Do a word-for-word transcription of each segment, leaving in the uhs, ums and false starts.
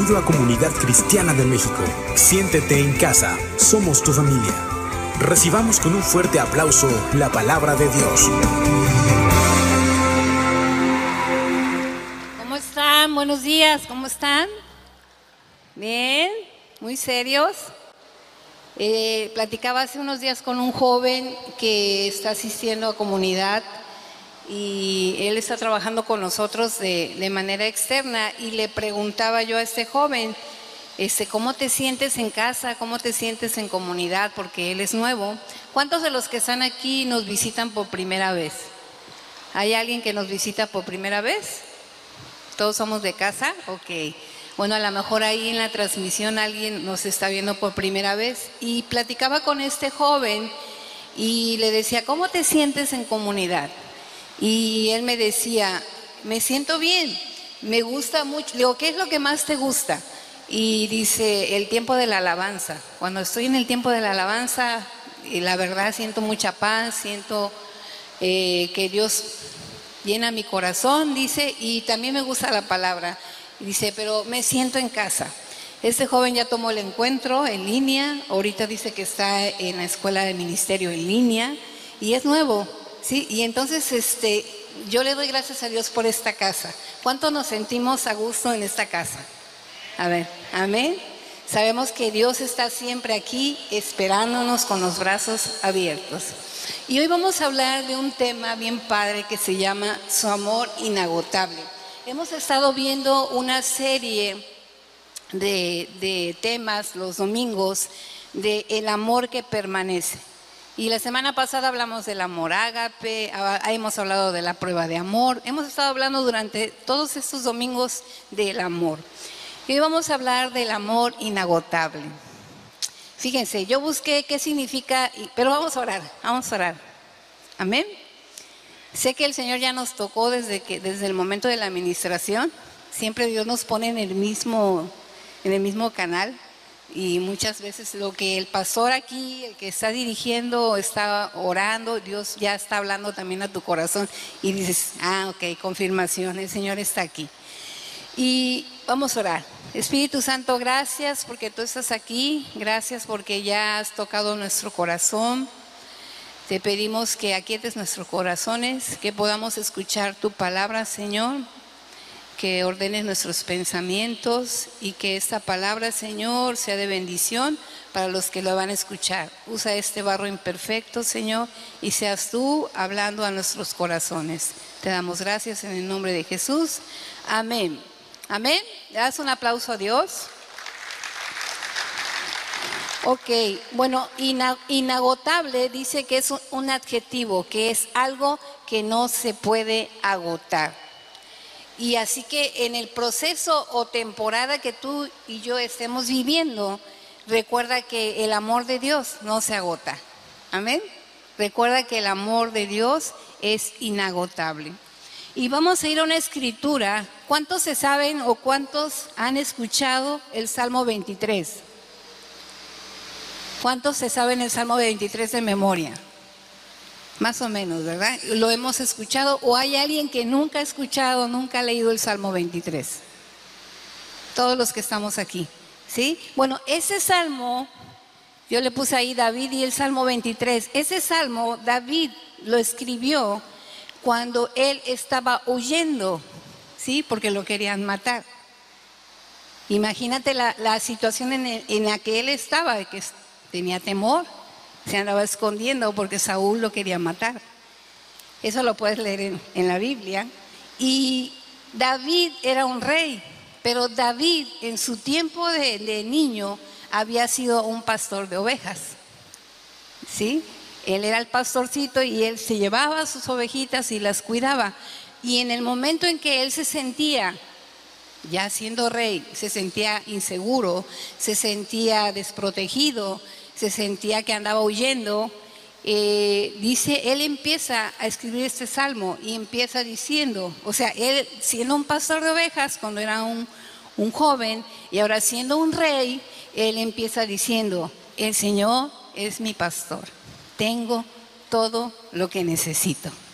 Bienvenido a Comunidad Cristiana de México. Siéntete en casa, somos tu familia. Recibamos con un fuerte aplauso la palabra de Dios. ¿Cómo están? Buenos días, ¿cómo están? Bien, muy serios. Eh, platicaba hace unos días con un joven que está asistiendo a comunidad y él está trabajando con nosotros de, de manera externa, y le preguntaba yo a este joven, este, ¿cómo te sientes en casa? ¿Cómo te sientes en comunidad? Porque él es nuevo. ¿Cuántos de los que están aquí nos visitan por primera vez? ¿Hay alguien que nos visita por primera vez? ¿Todos somos de casa? Ok. Bueno, a lo mejor ahí en la transmisión alguien nos está viendo por primera vez. Y platicaba con este joven y le decía, ¿cómo te sientes en comunidad? Y él me decía, me siento bien, me gusta mucho. Le digo, ¿qué es lo que más te gusta? Y dice, el tiempo de la alabanza. Cuando estoy en el tiempo de la alabanza, y la verdad siento mucha paz, siento eh, que Dios llena mi corazón, dice, y también me gusta la palabra. Dice, pero me siento en casa. Este joven ya tomó el encuentro en línea, ahorita dice que está en la escuela de ministerio en línea, y es nuevo. Sí, y entonces este, yo le doy gracias a Dios por esta casa. ¿Cuánto nos sentimos a gusto en esta casa? A ver, amén. Sabemos que Dios está siempre aquí esperándonos con los brazos abiertos. Y hoy vamos a hablar de un tema bien padre que se llama su amor inagotable. Hemos estado viendo una serie de, de temas los domingos de el amor que permanece. Y la semana pasada hablamos del amor ágape, hemos hablado de la prueba de amor, hemos estado hablando durante todos estos domingos del amor. Y hoy vamos a hablar del amor inagotable. Fíjense, yo busqué qué significa, pero vamos a orar, vamos a orar. Amén. Sé que el Señor ya nos tocó desde, que, desde el momento de la administración. Siempre Dios nos pone en el mismo, en el mismo canal. Y muchas veces lo que el pastor aquí, el que está dirigiendo, está orando, Dios ya está hablando también a tu corazón y dices, ah, ok, confirmación, el Señor está aquí. Y vamos a orar. Espíritu Santo, gracias porque tú estás aquí, gracias porque ya has tocado nuestro corazón. Te pedimos que aquietes nuestros corazones, que podamos escuchar tu palabra, Señor, que ordenes nuestros pensamientos y que esta palabra, Señor, sea de bendición para los que lo van a escuchar. Usa este barro imperfecto, Señor, y seas tú hablando a nuestros corazones. Te damos gracias en el nombre de Jesús. Amén. Amén. ¿Le das un aplauso a Dios? Ok, bueno, inagotable dice que es un adjetivo, que es algo que no se puede agotar. Y así que en el proceso o temporada que tú y yo estemos viviendo, recuerda que el amor de Dios no se agota. Amén. Recuerda que el amor de Dios es inagotable. Y vamos a ir a una escritura. ¿Cuántos se saben o cuántos han escuchado el Salmo veintitrés? ¿Cuántos se saben el Salmo veintitrés de memoria? Más o menos, ¿verdad? Lo hemos escuchado, o hay alguien que nunca ha escuchado, nunca ha leído el Salmo veintitrés. Todos los que estamos aquí, ¿sí? Bueno, ese salmo, yo le puse ahí David y el Salmo veintitrés. Ese salmo, David lo escribió cuando él estaba huyendo, ¿sí? Porque lo querían matar. Imagínate la, la situación en, el, en la que él estaba, que tenía temor. Se andaba escondiendo porque Saúl lo quería matar. Eso lo puedes leer en, en la Biblia. Y David era un rey, pero David en su tiempo de, de niño había sido un pastor de ovejas. ¿Sí? Él era el pastorcito y él se llevaba a sus ovejitas y las cuidaba. Y en el momento en que él se sentía, ya siendo rey, se sentía inseguro, se sentía desprotegido, se sentía que andaba huyendo, eh, dice, él empieza a escribir este salmo y empieza diciendo, o sea, él siendo un pastor de ovejas cuando era un, un joven y ahora siendo un rey, él empieza diciendo, el Señor es mi pastor, tengo todo lo que necesito.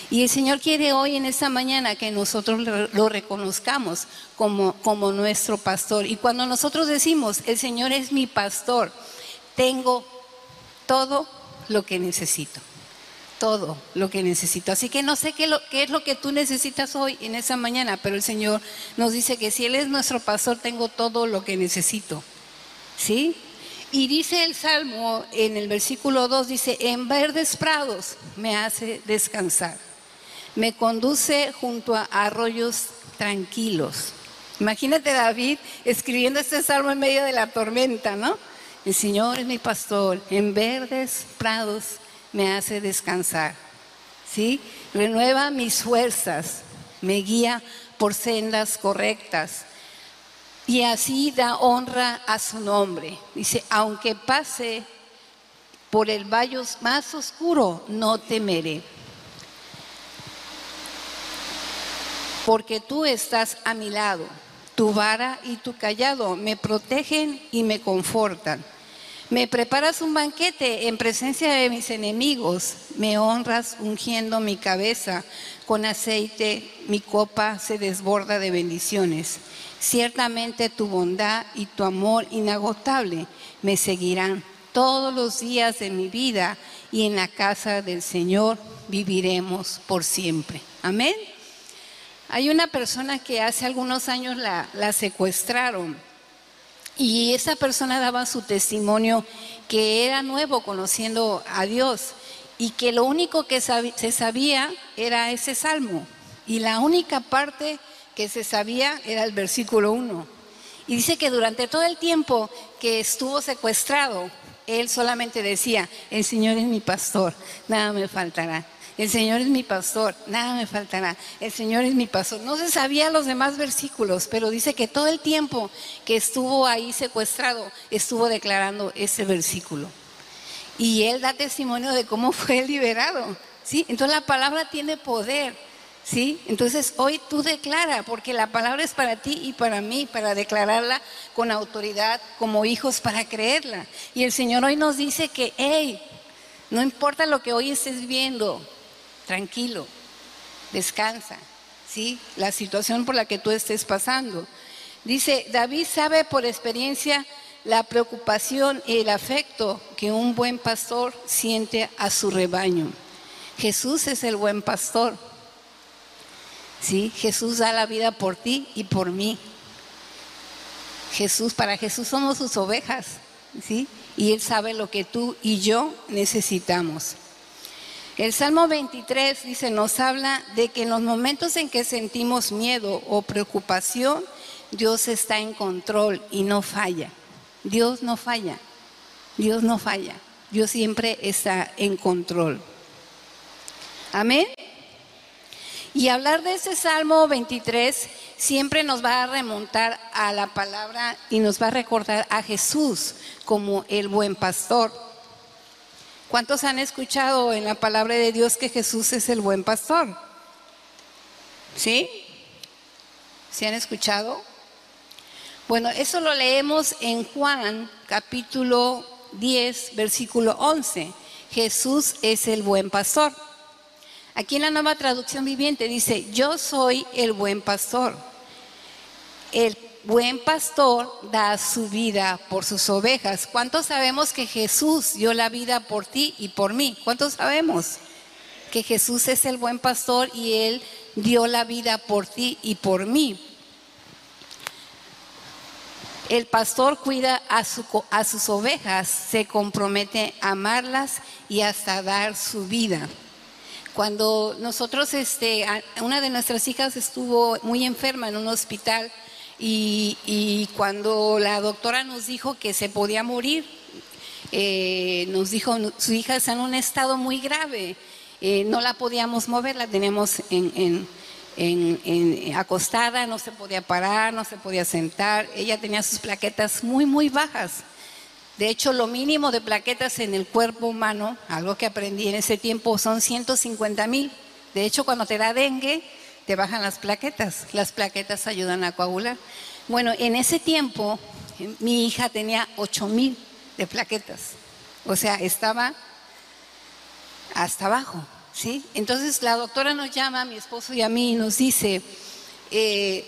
Y el Señor quiere hoy en esta mañana que nosotros lo reconozcamos como, como nuestro pastor. Y cuando nosotros decimos, el Señor es mi pastor, tengo todo lo que necesito. Todo lo que necesito. Así que no sé qué, lo, qué es lo que tú necesitas hoy en esa mañana, pero el Señor nos dice que si Él es nuestro pastor, tengo todo lo que necesito. ¿Sí? Y dice el Salmo en el versículo dos, dice, en verdes prados me hace descansar. Me conduce junto a arroyos tranquilos. Imagínate David escribiendo este salmo en medio de la tormenta, ¿no? El Señor es mi pastor, en verdes prados me hace descansar, ¿sí? Renueva mis fuerzas, me guía por sendas correctas y así da honra a su nombre. Dice, aunque pase por el valle más oscuro, no temeré, porque tú estás a mi lado, tu vara y tu cayado me protegen y me confortan. Me preparas un banquete en presencia de mis enemigos, me honras ungiendo mi cabeza con aceite, mi copa se desborda de bendiciones. Ciertamente tu bondad y tu amor inagotable me seguirán todos los días de mi vida y en la casa del Señor viviremos por siempre. Amén. Hay una persona que hace algunos años la, la secuestraron. Y esa persona daba su testimonio que era nuevo conociendo a Dios y que lo único que se sabía era ese salmo y la única parte que se sabía era el versículo uno. Y dice que durante todo el tiempo que estuvo secuestrado, él solamente decía, el Señor es mi pastor, nada me faltará. El Señor es mi pastor, nada me faltará. El Señor es mi pastor. No se sabía los demás versículos, pero dice que todo el tiempo que estuvo ahí secuestrado, estuvo declarando ese versículo. Y él da testimonio de cómo fue liberado, ¿sí? Entonces la palabra tiene poder, ¿sí? Entonces hoy tú declara, porque la palabra es para ti y para mí, para declararla con autoridad, como hijos, para creerla. Y el Señor hoy nos dice que, hey, no importa lo que hoy estés viendo, tranquilo, descansa, ¿sí? La situación por la que tú estés pasando. Dice, David sabe por experiencia la preocupación y el afecto que un buen pastor siente a su rebaño. Jesús es el buen pastor, ¿sí? Jesús da la vida por ti y por mí. Jesús, para Jesús somos sus ovejas, ¿sí? Y Él sabe lo que tú y yo necesitamos. El Salmo veintitrés dice, nos habla de que en los momentos en que sentimos miedo o preocupación, Dios está en control y no falla. Dios no falla, Dios no falla, Dios siempre está en control. Amén. Y hablar de ese Salmo veintitrés siempre nos va a remontar a la palabra y nos va a recordar a Jesús como el buen pastor. ¿Cuántos han escuchado en la palabra de Dios que Jesús es el buen pastor? ¿Sí? ¿Sí han escuchado? Bueno, eso lo leemos en Juan capítulo diez, versículo once. Jesús es el buen pastor. Aquí en la Nueva Traducción Viviente dice, yo soy el buen pastor. El buen pastor da su vida por sus ovejas. ¿Cuántos sabemos que Jesús dio la vida por ti y por mí? ¿Cuántos sabemos que Jesús es el buen pastor y Él dio la vida por ti y por mí? El pastor cuida a, su, a sus ovejas, se compromete a amarlas y hasta dar su vida. Cuando nosotros, este, una de nuestras hijas estuvo muy enferma en un hospital y, y cuando la doctora nos dijo que se podía morir, eh, nos dijo, su hija está en un estado muy grave, eh, no la podíamos mover, la teníamos en, en, en, en, acostada, no se podía parar, no se podía sentar, ella tenía sus plaquetas muy, muy bajas. De hecho, lo mínimo de plaquetas en el cuerpo humano, algo que aprendí en ese tiempo, son ciento cincuenta mil. De hecho, cuando te da dengue, te bajan las plaquetas. Las plaquetas ayudan a coagular. Bueno, en ese tiempo, mi hija tenía ocho mil de plaquetas. O sea, estaba hasta abajo, ¿sí? Entonces la doctora nos llama a mi esposo y a mí y nos dice, eh,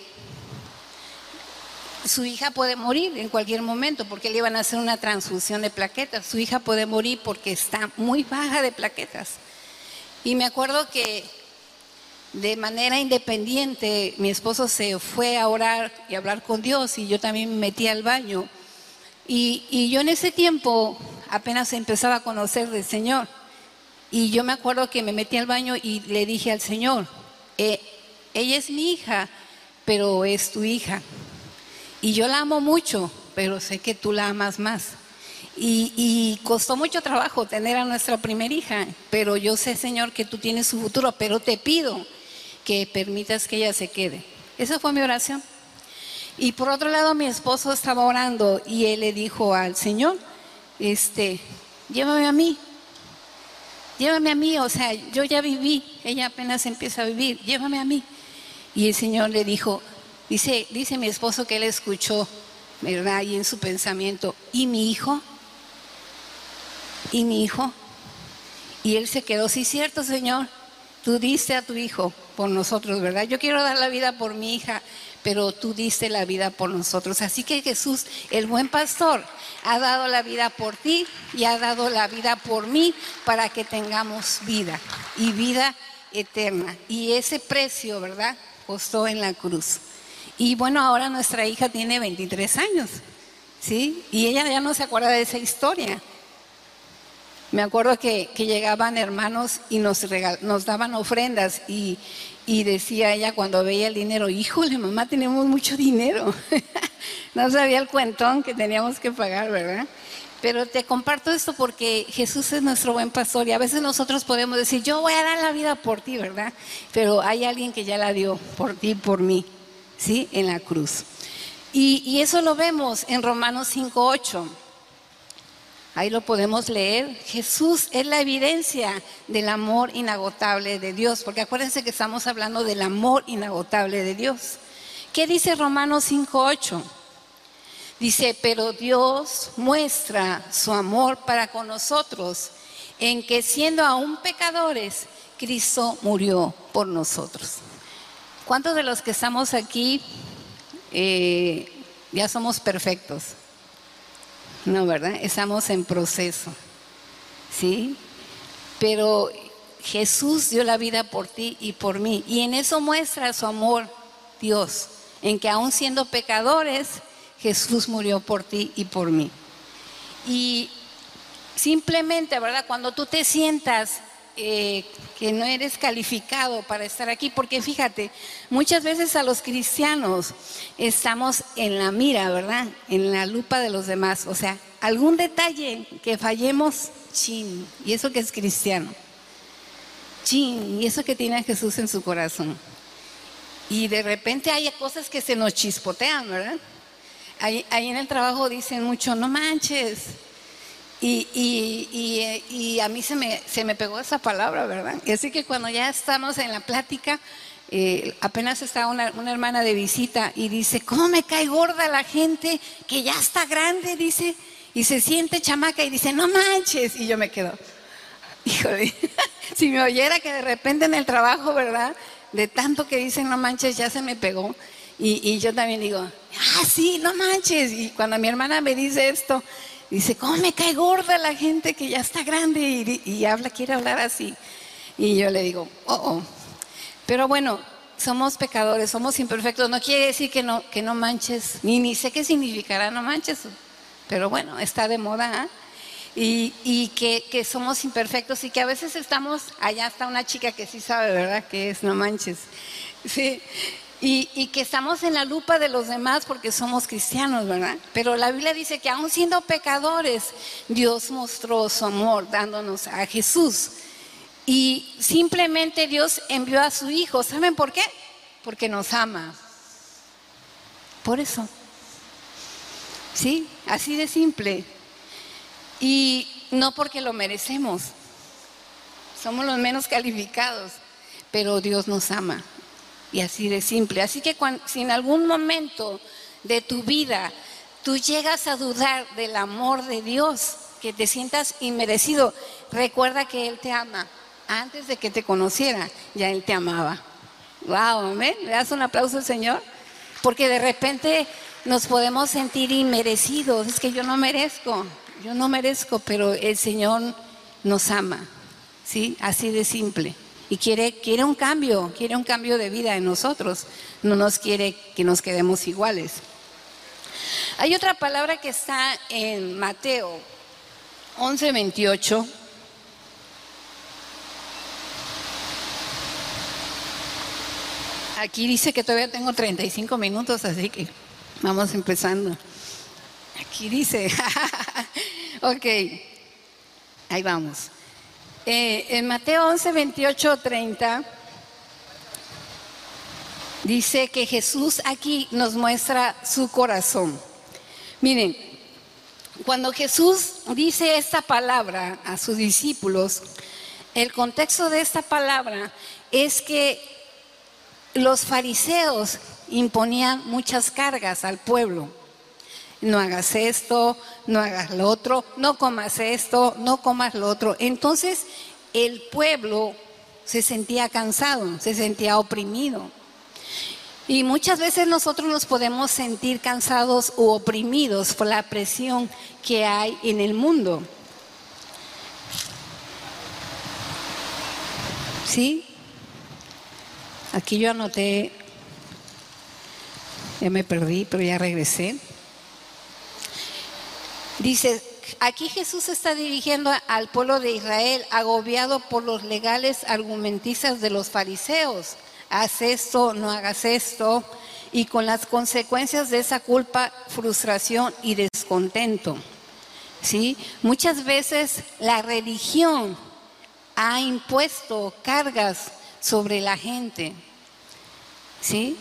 su hija puede morir en cualquier momento porque le iban a hacer una transfusión de plaquetas. Su hija puede morir porque está muy baja de plaquetas. Y me acuerdo que de manera independiente mi esposo se fue a orar y a hablar con Dios y yo también me metí al baño. Y, y yo en ese tiempo apenas empezaba a conocer del Señor. Y yo me acuerdo que me metí al baño y le dije al Señor, eh, ella es mi hija, pero es tu hija. Y yo la amo mucho, pero sé que tú la amas más. Y, y costó mucho trabajo tener a nuestra primera hija, pero yo sé, Señor, que tú tienes su futuro, pero te pido que permitas que ella se quede. Esa fue mi oración. Y por otro lado, mi esposo estaba orando y él le dijo al Señor, este, llévame a mí, llévame a mí, o sea, yo ya viví, ella apenas empieza a vivir, llévame a mí. Y el Señor le dijo, Dice, dice mi esposo que él escuchó, ¿verdad? Y en su pensamiento, ¿y mi hijo? ¿Y mi hijo? Y él se quedó, sí, cierto, Señor, tú diste a tu hijo por nosotros, ¿verdad? Yo quiero dar la vida por mi hija, pero tú diste la vida por nosotros. Así que Jesús, el buen pastor, ha dado la vida por ti y ha dado la vida por mí para que tengamos vida y vida eterna. Y ese precio, ¿verdad? Costó en la cruz. Y bueno, ahora nuestra hija tiene veintitrés años, ¿sí? Y ella ya no se acuerda de esa historia. Me acuerdo que, que llegaban hermanos y nos, regal, nos daban ofrendas y, y decía ella cuando veía el dinero, híjole, mamá, tenemos mucho dinero. No sabía el cuentón que teníamos que pagar, ¿verdad? Pero te comparto esto porque Jesús es nuestro buen pastor y a veces nosotros podemos decir, yo voy a dar la vida por ti, ¿verdad? Pero hay alguien que ya la dio por ti y por mí. ¿Sí? En la cruz. Y, y eso lo vemos en Romanos cinco ocho. Ahí lo podemos leer. Jesús es la evidencia del amor inagotable de Dios, porque acuérdense que estamos hablando del amor inagotable de Dios. ¿Qué dice Romanos cinco ocho? Dice, pero Dios muestra su amor para con nosotros, en que siendo aún pecadores, Cristo murió por nosotros. ¿Cuántos de los que estamos aquí eh, ya somos perfectos? No, ¿verdad? Estamos en proceso, ¿sí? Pero Jesús dio la vida por ti y por mí. Y en eso muestra su amor Dios, en que aún siendo pecadores, Jesús murió por ti y por mí. Y simplemente, ¿verdad? Cuando tú te sientas Eh, que no eres calificado para estar aquí, porque fíjate, muchas veces a los cristianos estamos en la mira, ¿verdad? En la lupa de los demás, o sea, algún detalle que fallemos, chin, y eso que es cristiano, chin, y eso que tiene a Jesús en su corazón. Y de repente hay cosas que se nos chispotean, ¿verdad? Ahí, ahí en el trabajo dicen mucho, no manches. Y, y, y, y a mí se me, se me pegó esa palabra, ¿verdad? Y así que cuando ya estamos en la plática, eh, apenas está una, una hermana de visita y dice, ¿cómo me cae gorda la gente que ya está grande? Dice, y se siente chamaca y dice, no manches. Y yo me quedo, híjole, si me oyera que de repente en el trabajo, ¿verdad? De tanto que dicen no manches, ya se me pegó. Y, y yo también digo, ah, sí, no manches. Y cuando mi hermana me dice esto, dice, ¿cómo me cae gorda la gente que ya está grande y, y habla, quiere hablar así? Y yo le digo, oh, oh. Pero bueno, somos pecadores, somos imperfectos. No quiere decir que no, que no manches, ni, ni sé qué significará no manches. Pero bueno, está de moda, ¿eh? Y, y que, que somos imperfectos y que a veces estamos, allá está una chica que sí sabe, ¿verdad? Que es no manches. Sí. Y, y que estamos en la lupa de los demás porque somos cristianos, ¿verdad? Pero la Biblia dice que aún siendo pecadores, Dios mostró su amor dándonos a Jesús. Y simplemente Dios envió a su Hijo. ¿Saben por qué? Porque nos ama. Por eso. ¿Sí? Así de simple. Y no porque lo merecemos. Somos los menos calificados. Pero Dios nos ama. Y así de simple. Así que cuando, si en algún momento de tu vida tú llegas a dudar del amor de Dios, que te sientas inmerecido, recuerda que Él te ama antes de que te conociera, ya Él te amaba. Wow, amén. ¿Le das un aplauso al Señor? Porque de repente nos podemos sentir inmerecidos. Es que yo no merezco, yo no merezco, pero el Señor nos ama, ¿sí? Así de simple. Y quiere, quiere un cambio, quiere un cambio de vida en nosotros. No nos quiere que nos quedemos iguales. Hay otra palabra que está en Mateo once veintiocho. Aquí dice que todavía tengo treinta y cinco minutos, así que vamos empezando. Aquí dice, ok, ahí vamos. Eh, en Mateo once, veintiocho, treinta, dice que Jesús aquí nos muestra su corazón. Miren, cuando Jesús dice esta palabra a sus discípulos, el contexto de esta palabra es que los fariseos imponían muchas cargas al pueblo. No hagas esto, no hagas lo otro, no comas esto, no comas lo otro. Entonces el pueblo se sentía cansado, se sentía oprimido. Y muchas veces nosotros nos podemos sentir cansados u oprimidos por la presión que hay en el mundo. ¿Sí? Aquí yo anoté, ya me perdí, pero ya regresé. Dice, aquí Jesús se está dirigiendo al pueblo de Israel, agobiado por los legales argumentistas de los fariseos. Haz esto, no hagas esto, y con las consecuencias de esa culpa, frustración y descontento. ¿Sí? Muchas veces la religión ha impuesto cargas sobre la gente. ¿Sí?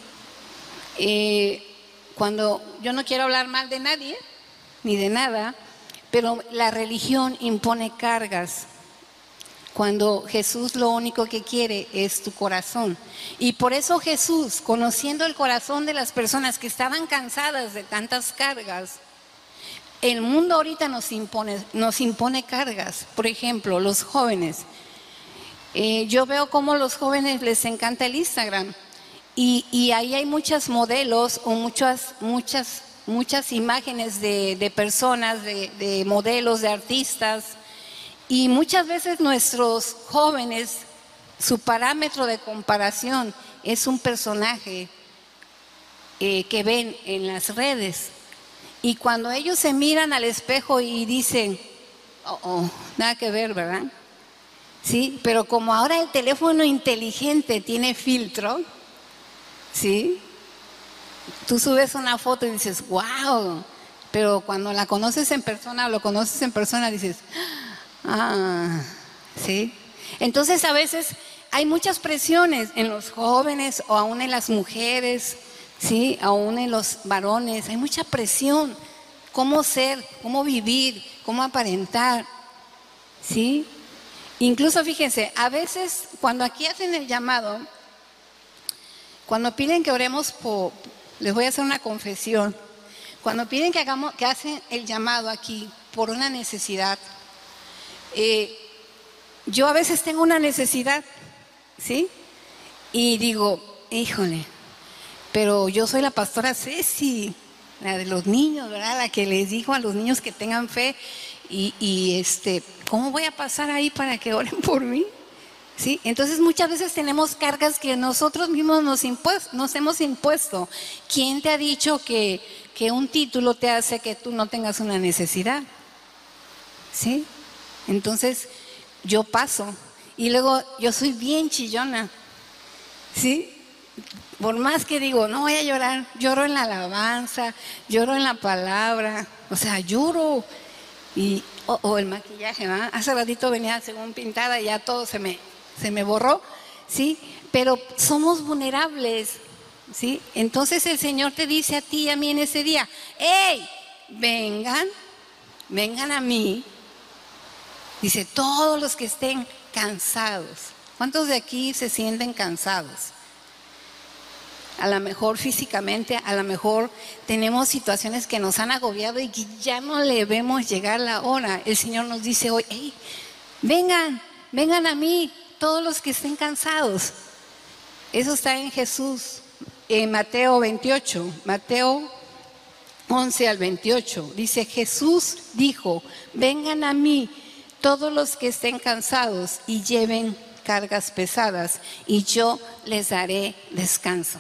Eh, cuando yo no quiero hablar mal de nadie ni de nada, pero la religión impone cargas, cuando Jesús lo único que quiere es tu corazón. Y por eso Jesús, conociendo el corazón de las personas que estaban cansadas de tantas cargas, el mundo ahorita nos impone, nos impone cargas. Por ejemplo, los jóvenes. Eh, yo veo cómo a los jóvenes les encanta el Instagram. Y, y ahí hay muchos modelos o muchas, muchas, muchas imágenes de, de personas, de, de modelos, de artistas. Y muchas veces nuestros jóvenes, su parámetro de comparación es un personaje eh, que ven en las redes. Y cuando ellos se miran al espejo y dicen, oh, oh, nada que ver, ¿verdad? Sí, pero como ahora el teléfono inteligente tiene filtro, ¿sí? Tú subes una foto y dices, wow, pero cuando la conoces en persona o lo conoces en persona dices, ah, ¿sí? Entonces a veces hay muchas presiones en los jóvenes o aún en las mujeres, ¿sí? Aún en los varones, hay mucha presión. ¿Cómo ser? ¿Cómo vivir? ¿Cómo aparentar? ¿Sí? Incluso fíjense, a veces cuando aquí hacen el llamado, cuando piden que oremos por, les voy a hacer una confesión, cuando piden que hagamos, que hacen el llamado aquí por una necesidad, eh, yo a veces tengo una necesidad, ¿sí? Y digo, híjole, pero yo soy la pastora Ceci, la de los niños, ¿verdad? La que les dijo a los niños que tengan fe. Y, y este, ¿cómo voy a pasar ahí para que oren por mí? ¿Sí? Entonces muchas veces tenemos cargas que nosotros mismos nos, impuesto, nos hemos impuesto. ¿Quién te ha dicho que, que un título te hace que tú no tengas una necesidad? ¿Sí? Entonces yo paso y luego yo soy bien chillona, ¿sí? Por más que digo, no voy a llorar, lloro en la alabanza, lloro en la palabra, o sea, lloro. Y, o, o el maquillaje, ¿verdad? Hace ratito venía según pintada y ya todo se me, se me borró, ¿sí? Pero somos vulnerables, ¿sí? Entonces el Señor te dice a ti y a mí en ese día, ¡hey! Vengan, vengan a mí. Dice, todos los que estén cansados. ¿Cuántos de aquí se sienten cansados? A lo mejor físicamente, a lo mejor tenemos situaciones que nos han agobiado y que ya no le vemos llegar la hora. El Señor nos dice hoy, hey, vengan, vengan a mí, todos los que estén cansados. Eso está en Jesús, en Mateo veintiocho, Mateo once al veintiocho. Dice, Jesús dijo, vengan a mí todos los que estén cansados y lleven cargas pesadas, y yo les daré descanso.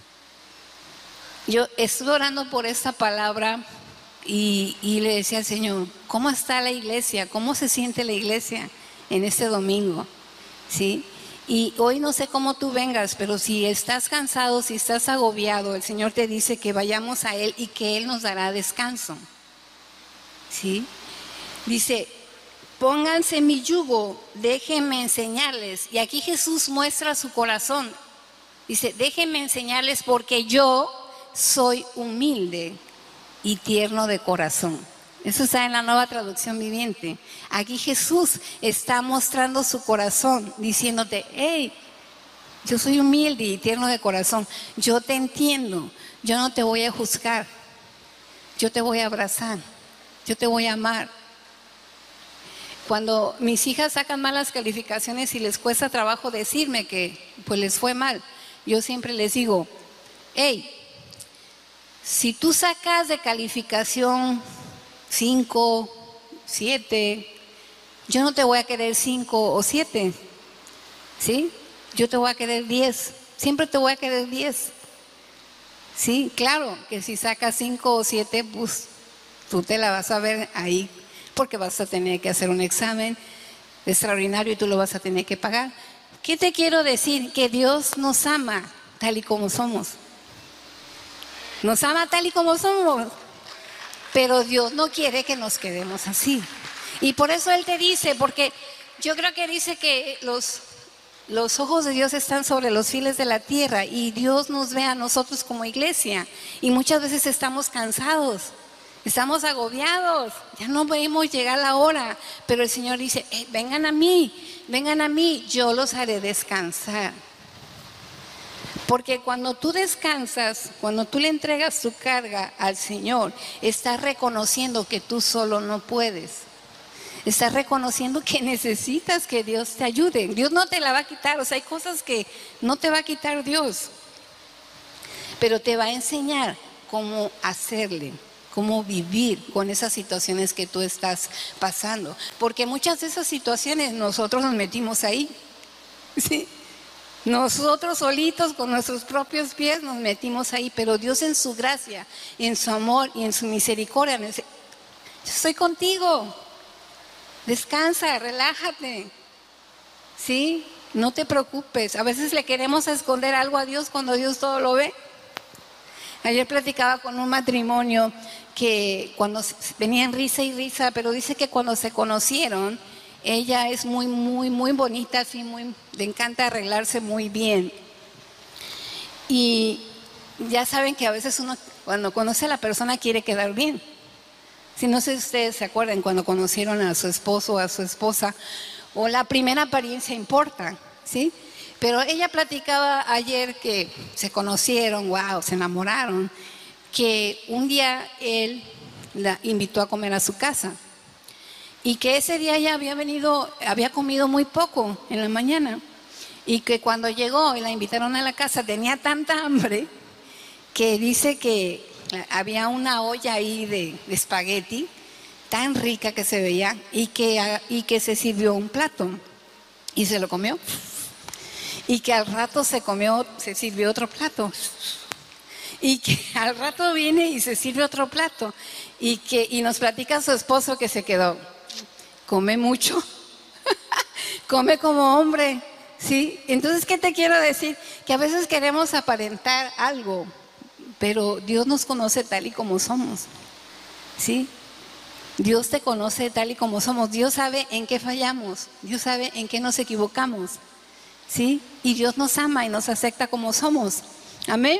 Yo estuve orando por esta palabra y, y le decía al Señor, ¿cómo está la iglesia? ¿Cómo se siente la iglesia en este domingo? ¿Sí? Y hoy no sé cómo tú vengas, pero si estás cansado, si estás agobiado, el Señor te dice que vayamos a Él y que Él nos dará descanso. ¿Sí? Dice, pónganse mi yugo, déjenme enseñarles. Y aquí Jesús muestra su corazón. Dice, déjenme enseñarles porque yo soy humilde y tierno de corazón. Eso está en la Nueva Traducción Viviente. Aquí Jesús está mostrando su corazón, diciéndote, hey, yo soy humilde y tierno de corazón. Yo te entiendo, yo no te voy a juzgar. Yo te voy a abrazar, yo te voy a amar. Cuando mis hijas sacan malas calificaciones y les cuesta trabajo decirme que pues les fue mal, yo siempre les digo, hey, si tú sacas de calificación cinco, siete, yo no te voy a querer cinco o siete, ¿sí? Yo te voy a querer diez, siempre te voy a querer diez, ¿sí? Claro que si sacas cinco o siete, pues tú te la vas a ver ahí, porque vas a tener que hacer un examen extraordinario y tú lo vas a tener que pagar. ¿Qué te quiero decir? Que Dios nos ama tal y como somos. Nos ama tal y como somos. Pero Dios no quiere que nos quedemos así. Y por eso Él te dice, porque yo creo que dice que los, los ojos de Dios están sobre los fieles de la tierra y Dios nos ve a nosotros como iglesia. Y muchas veces estamos cansados, estamos agobiados, ya no podemos llegar a la hora. Pero el Señor dice, hey, vengan a mí, vengan a mí, yo los haré descansar. Porque cuando tú descansas, cuando tú le entregas tu carga al Señor, estás reconociendo que tú solo no puedes. Estás reconociendo que necesitas que Dios te ayude. Dios no te la va a quitar, o sea, hay cosas que no te va a quitar Dios. Pero te va a enseñar cómo hacerle, cómo vivir con esas situaciones que tú estás pasando. Porque muchas de esas situaciones nosotros nos metimos ahí, ¿sí? Nosotros solitos con nuestros propios pies nos metimos ahí, pero Dios en su gracia, en su amor y en su misericordia nos dice, yo estoy contigo, descansa, relájate, ¿sí? No te preocupes. A veces le queremos esconder algo a Dios cuando Dios todo lo ve. Ayer platicaba con un matrimonio que cuando venían risa y risa, pero dice que cuando se conocieron, ella es muy, muy, muy bonita, así muy, le encanta arreglarse muy bien. Y ya saben que a veces uno cuando conoce a la persona quiere quedar bien. Si no sé si ustedes se acuerdan cuando conocieron a su esposo o a su esposa, o la primera apariencia importa, ¿sí? Pero ella platicaba ayer que se conocieron, wow, se enamoraron, que un día él la invitó a comer a su casa. Y que ese día ella había venido, había comido muy poco en la mañana. Y que cuando llegó y la invitaron a la casa tenía tanta hambre que dice que había una olla ahí de, de espagueti tan rica que se veía y que, y que se sirvió un plato y se lo comió. Y que al rato se comió, se sirvió otro plato. Y que al rato viene y se sirve otro plato. Y, que, y nos platica su esposo que se quedó. Come mucho, come como hombre, ¿sí? Entonces, ¿qué te quiero decir? Que a veces queremos aparentar algo, pero Dios nos conoce tal y como somos, ¿sí? Dios te conoce tal y como somos. Dios sabe en qué fallamos, Dios sabe en qué nos equivocamos, ¿sí? Y Dios nos ama y nos acepta como somos. Amén.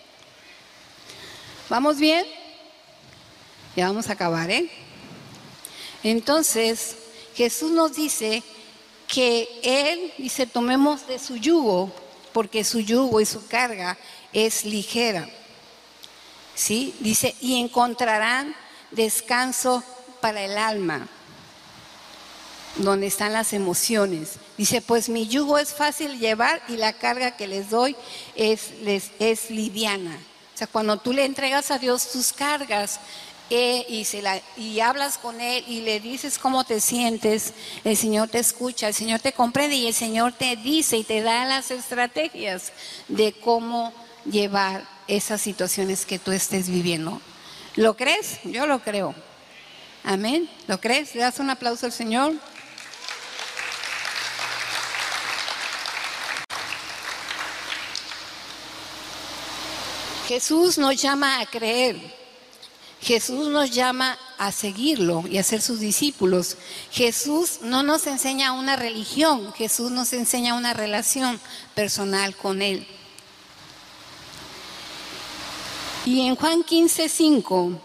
¿Vamos bien? Ya vamos a acabar, ¿eh? Entonces, Jesús nos dice que Él, dice, tomemos de su yugo, porque su yugo y su carga es ligera. ¿Sí? Dice, y encontrarán descanso para el alma. donde están las emociones. Dice, pues mi yugo es fácil llevar y la carga que les doy es, les, es liviana. O sea, cuando tú le entregas a Dios tus cargas eh, y, se la, y hablas con Él y le dices cómo te sientes, el Señor te escucha, el Señor te comprende y el Señor te dice y te da las estrategias de cómo llevar esas situaciones que tú estés viviendo. ¿Lo crees? Yo lo creo. Amén. ¿Lo crees? ¿Le das un aplauso al Señor? Jesús nos llama a creer. Jesús nos llama a seguirlo y a ser sus discípulos. Jesús no nos enseña una religión, Jesús nos enseña una relación personal con Él. Y en Juan quince cinco,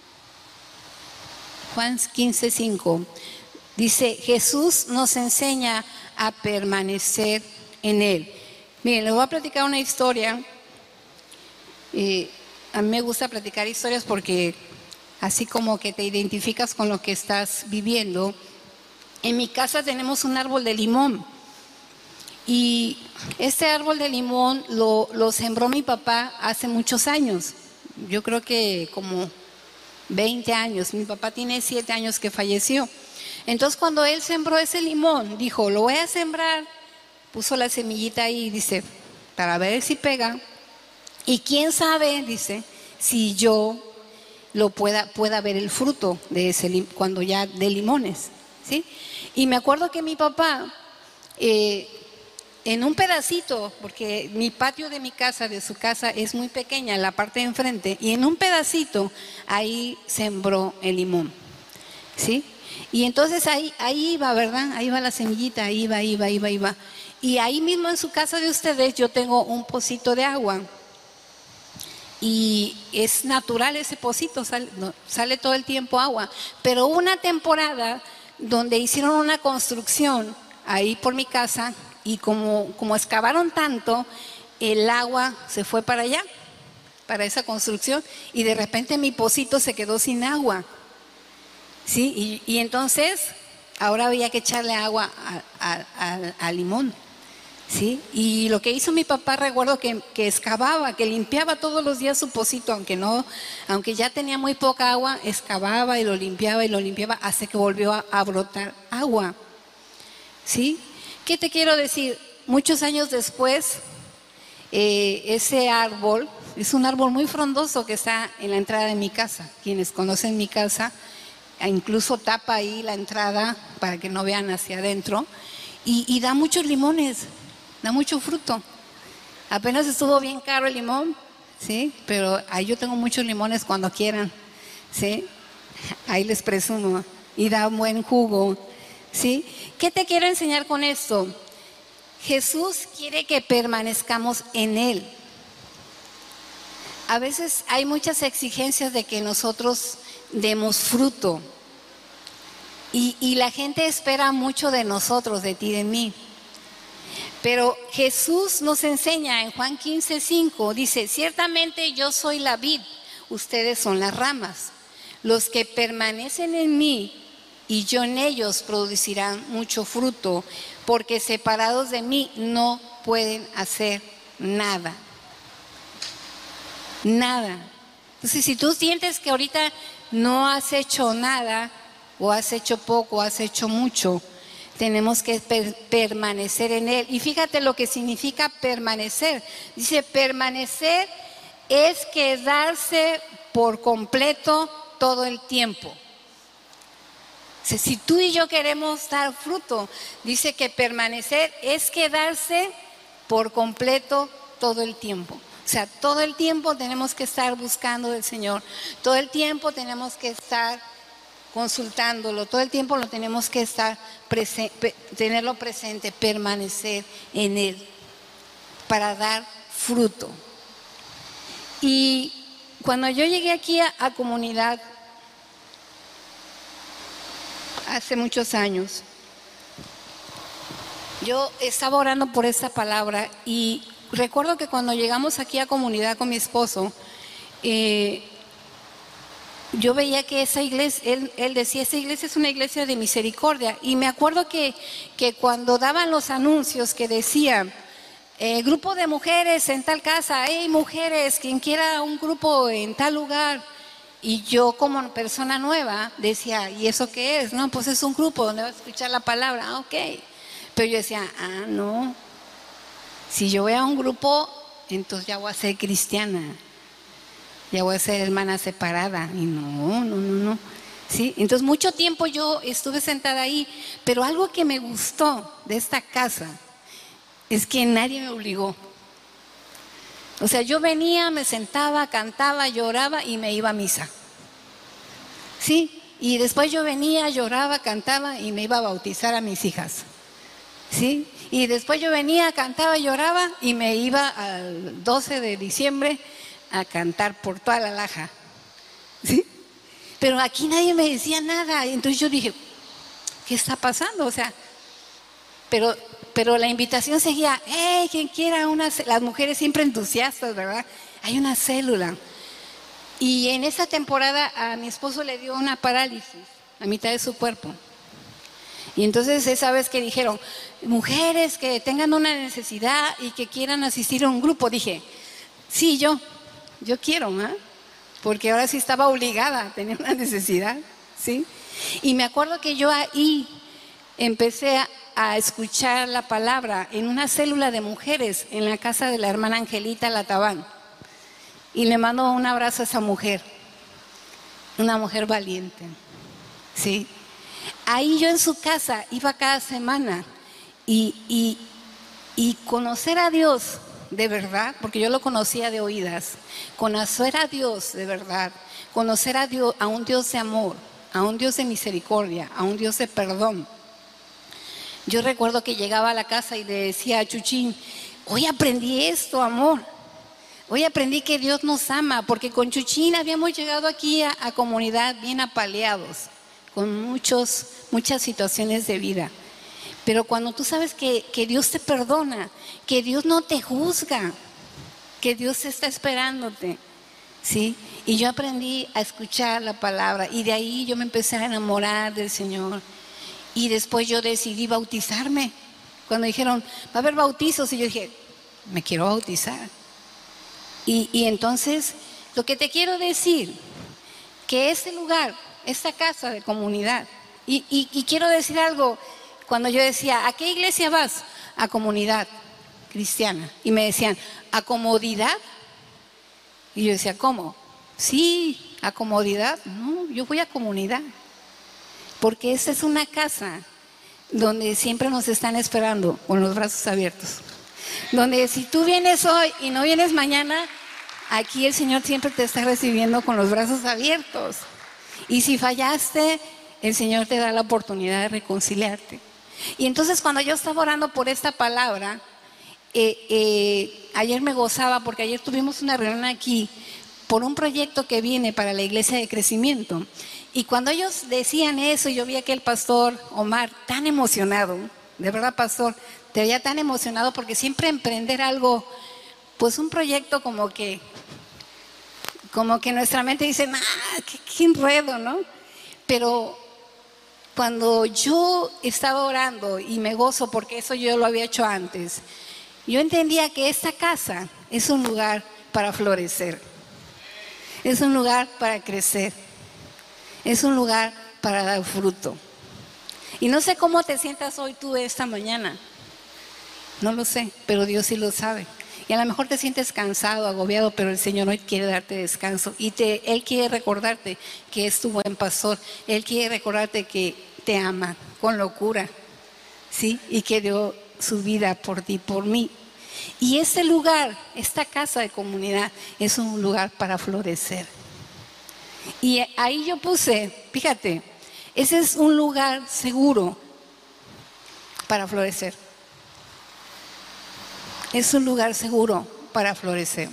Juan quince cinco, dice, Jesús nos enseña a permanecer en Él. Miren, les voy a platicar una historia. Eh, a mí me gusta platicar historias porque así como que te identificas con lo que estás viviendo. En mi casa tenemos un árbol de limón y este árbol de limón lo, lo sembró mi papá hace muchos años. Yo creo que como veinte años. Mi papá tiene siete años que falleció. Entonces cuando él sembró ese limón, dijo, lo voy a sembrar, puso la semillita ahí y dice, para ver si pega. Y quién sabe, dice, si yo lo pueda, pueda ver el fruto de ese cuando ya de limones, ¿sí? Y me acuerdo que mi papá, eh, en un pedacito, porque mi patio de mi casa, de su casa, es muy pequeña, la parte de enfrente, y en un pedacito ahí sembró el limón, ¿sí? Y entonces ahí, ahí iba, ¿verdad? Ahí va la semillita, ahí va, ahí va, ahí va, ahí va. Y ahí mismo en su casa de ustedes yo tengo un pocito de agua. Y es natural ese pocito, sale, no, sale todo el tiempo agua. Pero hubo una temporada donde hicieron una construcción ahí por mi casa y como, como excavaron tanto, el agua se fue para allá, para esa construcción, y de repente mi pocito se quedó sin agua. ¿Sí? Y, y entonces ahora había que echarle agua al limón. ¿Sí? Y lo que hizo mi papá, recuerdo que, que excavaba, que limpiaba todos los días su pocito, aunque no, aunque ya tenía muy poca agua, excavaba y lo limpiaba y lo limpiaba hasta que volvió a, a brotar agua. ¿Sí? ¿Qué te quiero decir? Muchos años después, eh, ese árbol, es un árbol muy frondoso que está en la entrada de mi casa. Quienes conocen mi casa, incluso tapa ahí la entrada para que no vean hacia adentro, y, y da muchos limones. Da mucho fruto. Apenas estuvo bien caro el limón, ¿sí? Pero ahí yo tengo muchos limones cuando quieran, ¿sí? Ahí les presumo. Y da buen jugo, ¿sí? ¿Qué te quiero enseñar con esto? Jesús quiere que permanezcamos en Él. A veces hay muchas exigencias de que nosotros demos fruto. Y, y la gente espera mucho de nosotros, de ti, de mí. Pero Jesús nos enseña en Juan quince cinco, dice, ciertamente yo soy la vid, ustedes son las ramas. Los que permanecen en mí y yo en ellos producirán mucho fruto, porque separados de mí no pueden hacer nada. Nada. Entonces, si tú sientes que ahorita no has hecho nada, o has hecho poco, o has hecho mucho, tenemos que per permanecer en Él. Y fíjate lo que significa permanecer. Dice, permanecer es quedarse por completo todo el tiempo. O sea, si tú y yo queremos dar fruto, dice que permanecer es quedarse por completo todo el tiempo. O sea, todo el tiempo tenemos que estar buscando del Señor. Todo el tiempo tenemos que estar consultándolo, todo el tiempo lo tenemos que estar presente, tenerlo presente, permanecer en Él para dar fruto. Y cuando yo llegué aquí a, a comunidad hace muchos años, yo estaba orando por esta palabra y recuerdo que cuando llegamos aquí a comunidad con mi esposo, eh, yo veía que esa iglesia, él, él decía, esa iglesia es una iglesia de misericordia. Y me acuerdo que, que cuando daban los anuncios que decían, eh, grupo de mujeres en tal casa, hey mujeres, quien quiera un grupo en tal lugar. Y yo como persona nueva decía, ¿y eso qué es? No, pues es un grupo donde vas a escuchar la palabra. Ah, ok. Pero yo decía, ah, no. Si yo voy a un grupo, entonces ya voy a ser cristiana. Ya voy a ser hermana separada. Y no, no, no, no. ¿Sí? Entonces mucho tiempo yo estuve sentada ahí, pero algo que me gustó de esta casa es que nadie me obligó. O sea, yo venía, me sentaba, cantaba, lloraba y me iba a misa. ¿Sí? Y después yo venía, lloraba, cantaba y me iba a bautizar a mis hijas. ¿Sí? Y después yo venía, cantaba, lloraba y me iba al doce de diciembre a cantar por toda la Laja. ¿Sí? Pero aquí nadie me decía nada. Entonces yo dije, ¿qué está pasando? O sea, pero, pero la invitación seguía, hey, quien quiera una, las mujeres siempre entusiastas, ¿verdad? Hay una célula. Y en esa temporada a mi esposo le dio una parálisis a mitad de su cuerpo. Y entonces esa vez que dijeron, mujeres que tengan una necesidad y que quieran asistir a un grupo, dije, sí, yo. Yo quiero, ¿eh? Porque ahora sí estaba obligada a tener una necesidad, ¿sí? Y me acuerdo que yo ahí empecé a, a escuchar la palabra en una célula de mujeres en la casa de la hermana Angelita Latabán. Y le mando un abrazo a esa mujer, una mujer valiente, ¿sí? Ahí yo en su casa iba cada semana y, y, y conocer a Dios de verdad, porque yo lo conocía de oídas, conocer a Dios de verdad, conocer a Dios, a un Dios de amor, a un Dios de misericordia, a un Dios de perdón. Yo recuerdo que llegaba a la casa y le decía a Chuchín, hoy aprendí esto, amor, hoy aprendí que Dios nos ama, porque con Chuchín habíamos llegado aquí a, a comunidad bien apaleados, con muchos, muchas situaciones de vida. Pero cuando tú sabes que, que Dios te perdona, que Dios no te juzga, que Dios está esperándote, ¿sí? Y yo aprendí a escuchar la palabra y de ahí yo me empecé a enamorar del Señor. Y después yo decidí bautizarme. Cuando dijeron, va a haber bautizos, y yo dije, me quiero bautizar. Y, y entonces, lo que te quiero decir, que ese lugar, esta casa de comunidad, y, y, y quiero decir algo. Cuando yo decía, ¿a qué iglesia vas? A comunidad cristiana. Y me decían, ¿a comodidad? Y yo decía, ¿cómo? Sí, a comodidad. No, yo voy a comunidad. Porque esta es una casa donde siempre nos están esperando con los brazos abiertos. Donde si tú vienes hoy y no vienes mañana, aquí el Señor siempre te está recibiendo con los brazos abiertos. Y si fallaste, el Señor te da la oportunidad de reconciliarte. Y entonces cuando yo estaba orando por esta palabra, eh, eh, ayer me gozaba porque ayer tuvimos una reunión aquí por un proyecto que viene para la iglesia de crecimiento. Y cuando ellos decían eso, yo vi a aquel pastor Omar tan emocionado, de verdad pastor, te veía tan emocionado porque siempre emprender algo, pues un proyecto como que, como que nuestra mente dice, ah, qué, qué enredo, ¿no? Pero cuando yo estaba orando y me gozo porque eso yo lo había hecho antes, yo entendía que esta casa es un lugar para florecer, es un lugar para crecer, es un lugar para dar fruto. Y no sé cómo te sientas hoy tú esta mañana, no lo sé, pero Dios sí lo sabe. Y a lo mejor te sientes cansado, agobiado, pero el Señor hoy quiere darte descanso. Y te, Él quiere recordarte que es tu buen pastor. Él quiere recordarte que te ama con locura, ¿sí? Y que dio su vida por ti, por mí. Y este lugar, esta casa de comunidad, es un lugar para florecer. Y ahí yo puse, fíjate, ese es un lugar seguro para florecer. Es un lugar seguro para florecer.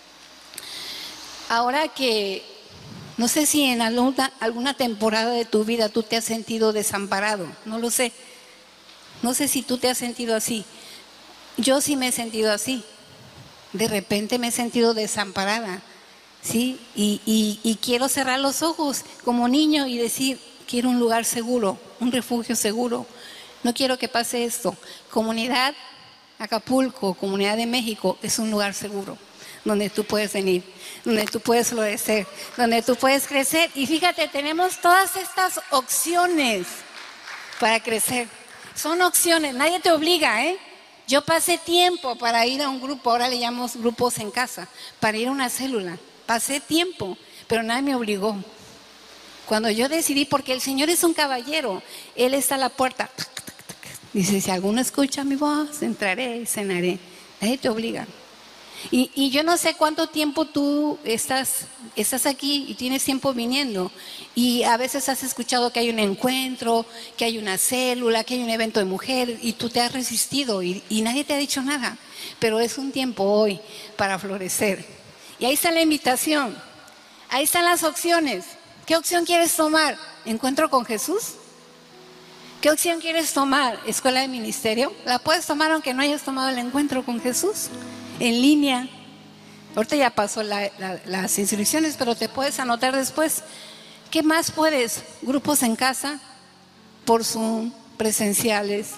Ahora que, no sé si en alguna, alguna temporada de tu vida tú te has sentido desamparado, no lo sé. No sé si tú te has sentido así. Yo sí me he sentido así. De repente me he sentido desamparada, ¿sí? Y, y, y quiero cerrar los ojos como niño y decir, quiero un lugar seguro, un refugio seguro. No quiero que pase esto. Comunidad Acapulco, Comunidad de México, es un lugar seguro, donde tú puedes venir, donde tú puedes florecer, donde tú puedes crecer. Y fíjate, tenemos todas estas opciones para crecer. Son opciones, nadie te obliga, ¿eh? Yo pasé tiempo para ir a un grupo, ahora le llamamos grupos en casa, para ir a una célula. Pasé tiempo, pero nadie me obligó. Cuando yo decidí, porque el Señor es un caballero, Él está a la puerta. Dice, si alguno escucha mi voz, entraré y cenaré. Nadie te obliga. Y, y yo no sé cuánto tiempo tú estás, estás aquí y tienes tiempo viniendo. Y a veces has escuchado que hay un encuentro, que hay una célula, que hay un evento de mujeres y tú te has resistido y, y nadie te ha dicho nada. Pero es un tiempo hoy para florecer. Y ahí está la invitación. Ahí están las opciones. ¿Qué opción quieres tomar? ¿Encuentro con Jesús? ¿Qué opción quieres tomar? ¿Escuela de ministerio? La puedes tomar aunque no hayas tomado el encuentro con Jesús. En línea. Ahorita ya pasó la, la, las inscripciones, pero te puedes anotar después. ¿Qué más puedes? Grupos en casa, por Zoom, presenciales,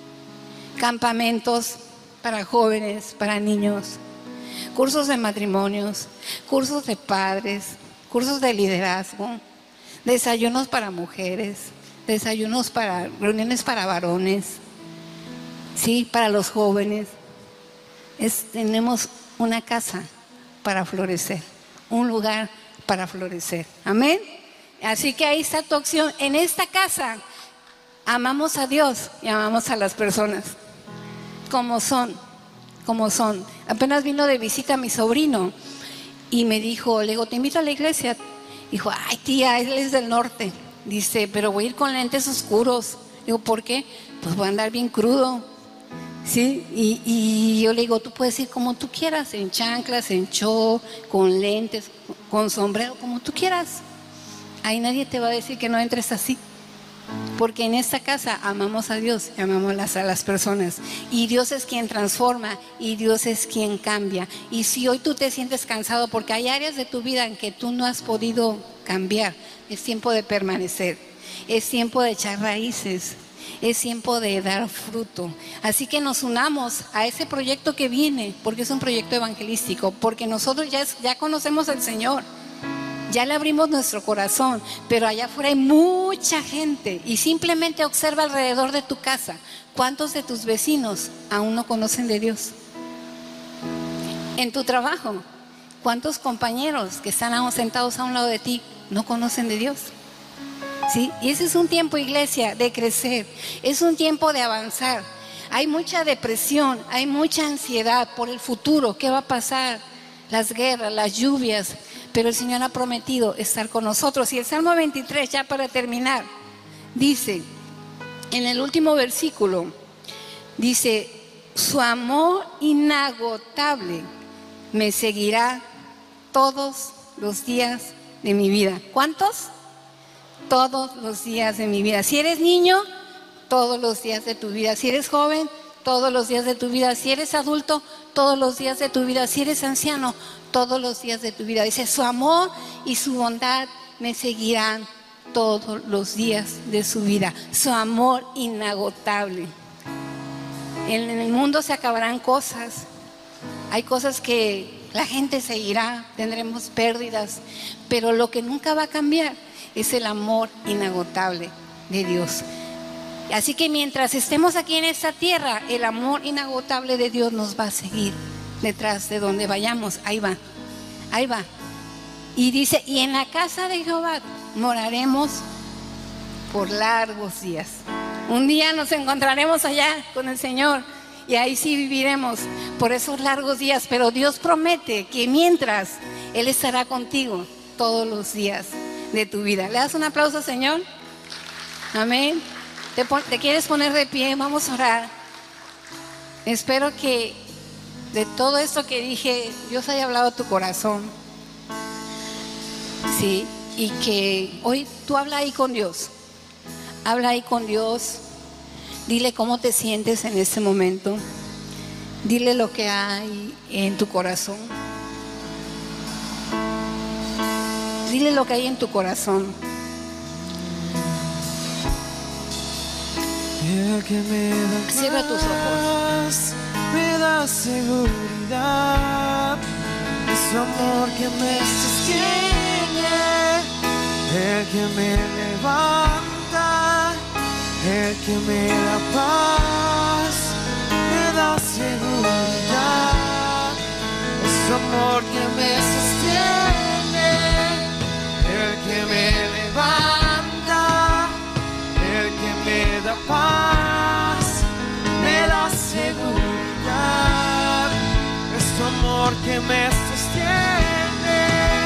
campamentos para jóvenes, para niños, cursos de matrimonios, cursos de padres, cursos de liderazgo, desayunos para mujeres, desayunos para, reuniones para varones, sí, para los jóvenes. Es, tenemos una casa para florecer, un lugar para florecer. Amén. Así que ahí está tu opción. En esta casa amamos a Dios y amamos a las personas como son, como son. Apenas vino de visita mi sobrino y me dijo, le digo, te invito a la iglesia. Dijo, ay tía, él es del norte. Dice, pero voy a ir con lentes oscuros. Digo, ¿por qué? Pues voy a andar bien crudo. Sí, y, y yo le digo, tú puedes ir como tú quieras, en chanclas, en short, con lentes, con sombrero, como tú quieras. Ahí nadie te va a decir que no entres así. Porque en esta casa amamos a Dios y amamos a las personas. Y Dios es quien transforma y Dios es quien cambia. Y si hoy tú te sientes cansado porque hay áreas de tu vida en que tú no has podido cambiar, es tiempo de permanecer. Es tiempo de echar raíces. Es tiempo de dar fruto. Así que nos unamos a ese proyecto que viene, porque es un proyecto evangelístico, porque nosotros ya, ya conocemos al Señor, ya le abrimos nuestro corazón, pero allá afuera hay mucha gente y simplemente observa alrededor de tu casa. ¿Cuántos de tus vecinos aún no conocen de Dios? En tu trabajo, ¿cuántos compañeros que están aún sentados a un lado de ti no conocen de Dios? ¿Sí? Y ese es un tiempo, iglesia, de crecer, es un tiempo de avanzar. Hay mucha depresión, hay mucha ansiedad por el futuro, ¿qué va a pasar? Las guerras, las lluvias, pero el Señor ha prometido estar con nosotros. Y el Salmo veintitrés, ya para terminar, dice, en el último versículo, dice, su amor inagotable me seguirá todos los días de mi vida. ¿Cuántos? Todos los días de mi vida. Si eres niño, todos los días de tu vida. Si eres joven, todos los días de tu vida. Si eres adulto, todos los días de tu vida. Si eres anciano, todos los días de tu vida. Dice, su amor y su bondad me seguirán todos los días de su vida. Su amor inagotable. En el mundo se acabarán cosas. Hay cosas que la gente se irá, tendremos pérdidas, pero lo que nunca va a cambiar es el amor inagotable de Dios. Así que mientras estemos aquí en esta tierra, el amor inagotable de Dios nos va a seguir detrás de donde vayamos. Ahí va, ahí va. Y dice, y en la casa de Jehová moraremos por largos días. Un día nos encontraremos allá con el Señor y ahí sí viviremos por esos largos días. Pero Dios promete que mientras, Él estará contigo todos los días de tu vida. ¿Le das un aplauso, Señor? Amén. ¿Te, te quieres poner de pie? Vamos a orar. Espero que de todo esto que dije, Dios haya hablado a tu corazón. Sí, y que hoy tú habla ahí con Dios. Habla ahí con Dios. Dile cómo te sientes en este momento. Dile lo que hay en tu corazón. Dile lo que hay en tu corazón. El que me da Cierra tus ojos. Me da seguridad, es su amor que me sostiene, el que me levanta, el que me da paz, me da seguridad, es su amor que me sostiene, el que me levanta, el que me da paz, me da seguridad, es tu amor que me sostiene.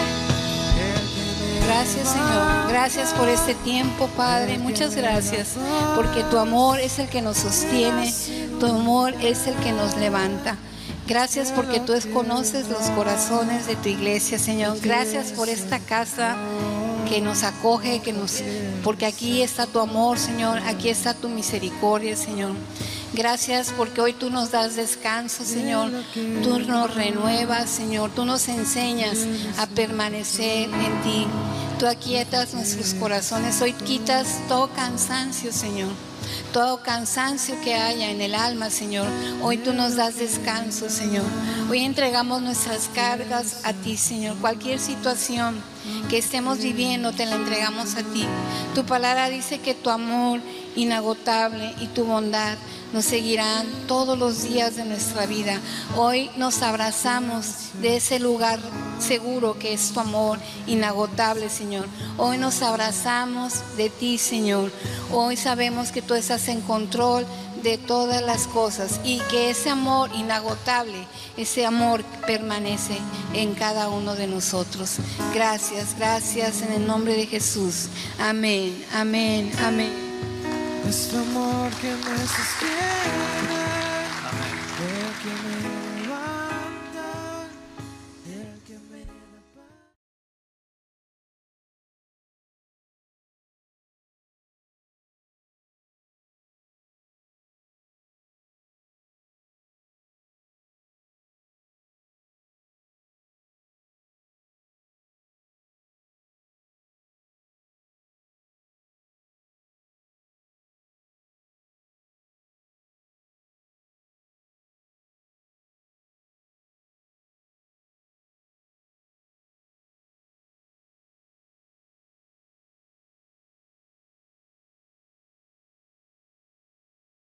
El que me Gracias, Señor. Gracias por este tiempo, Padre. Muchas gracias, porque tu amor es el que nos sostiene, tu amor es el que nos levanta. Gracias porque tú conoces los corazones de tu iglesia, Señor. Gracias por esta casa que nos acoge, que nos, porque aquí está tu amor, Señor. Aquí está tu misericordia, Señor. Gracias porque hoy tú nos das descanso, Señor. Tú nos renuevas, Señor. Tú nos enseñas a permanecer en ti. Tú aquietas nuestros corazones. Hoy quitas todo cansancio, Señor. Todo cansancio que haya en el alma, Señor. Hoy tú nos das descanso, Señor. Hoy entregamos nuestras cargas a ti, Señor. Cualquier situación que estemos viviendo, te la entregamos a ti. Tu palabra dice que tu amor inagotable y tu bondad nos seguirán todos los días de nuestra vida. Hoy nos abrazamos de ese lugar seguro que es tu amor inagotable, Señor. Hoy nos abrazamos de ti, Señor. Hoy sabemos que tú estás en control de todas las cosas y que ese amor inagotable, ese amor permanece en cada uno de nosotros. Gracias, gracias en el nombre de Jesús. Amén, amén, amén. Es tu amor que me sostiene.